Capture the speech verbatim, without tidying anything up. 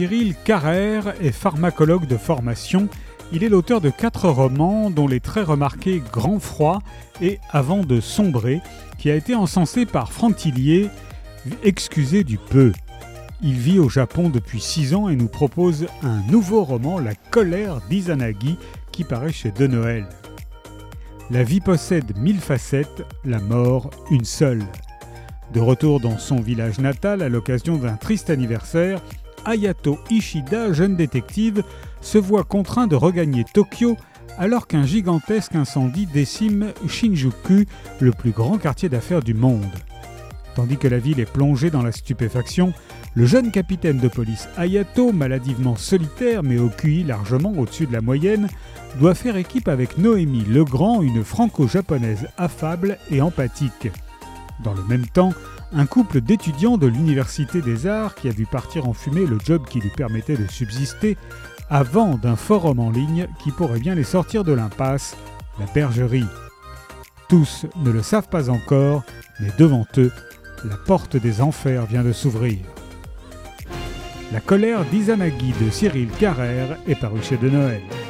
Cyril Carrère est pharmacologue de formation. Il est l'auteur de quatre romans, dont les très remarqués Grand Froid et Avant de sombrer, qui a été encensé par Frantillier, excusez du peu. Il vit au Japon depuis six ans et nous propose un nouveau roman, La colère d'Izanagi, qui paraît chez De Noël. La vie possède mille facettes, la mort une seule. De retour dans son village natal à l'occasion d'un triste anniversaire, Hayato Ishida, jeune détective, se voit contraint de regagner Tokyo alors qu'un gigantesque incendie décime Shinjuku, le plus grand quartier d'affaires du monde. Tandis que la ville est plongée dans la stupéfaction, le jeune capitaine de police Hayato, maladivement solitaire mais au Q I largement au-dessus de la moyenne, doit faire équipe avec Noémie Legrand, une franco-japonaise affable et empathique. Dans le même temps, un couple d'étudiants de l'Université des Arts qui a vu partir en fumée le job qui lui permettait de subsister avant d'un forum en ligne qui pourrait bien les sortir de l'impasse, la bergerie. Tous ne le savent pas encore, mais devant eux, la porte des enfers vient de s'ouvrir. La colère d'Izanagi de Cyril Carrère est paru chez De Noël.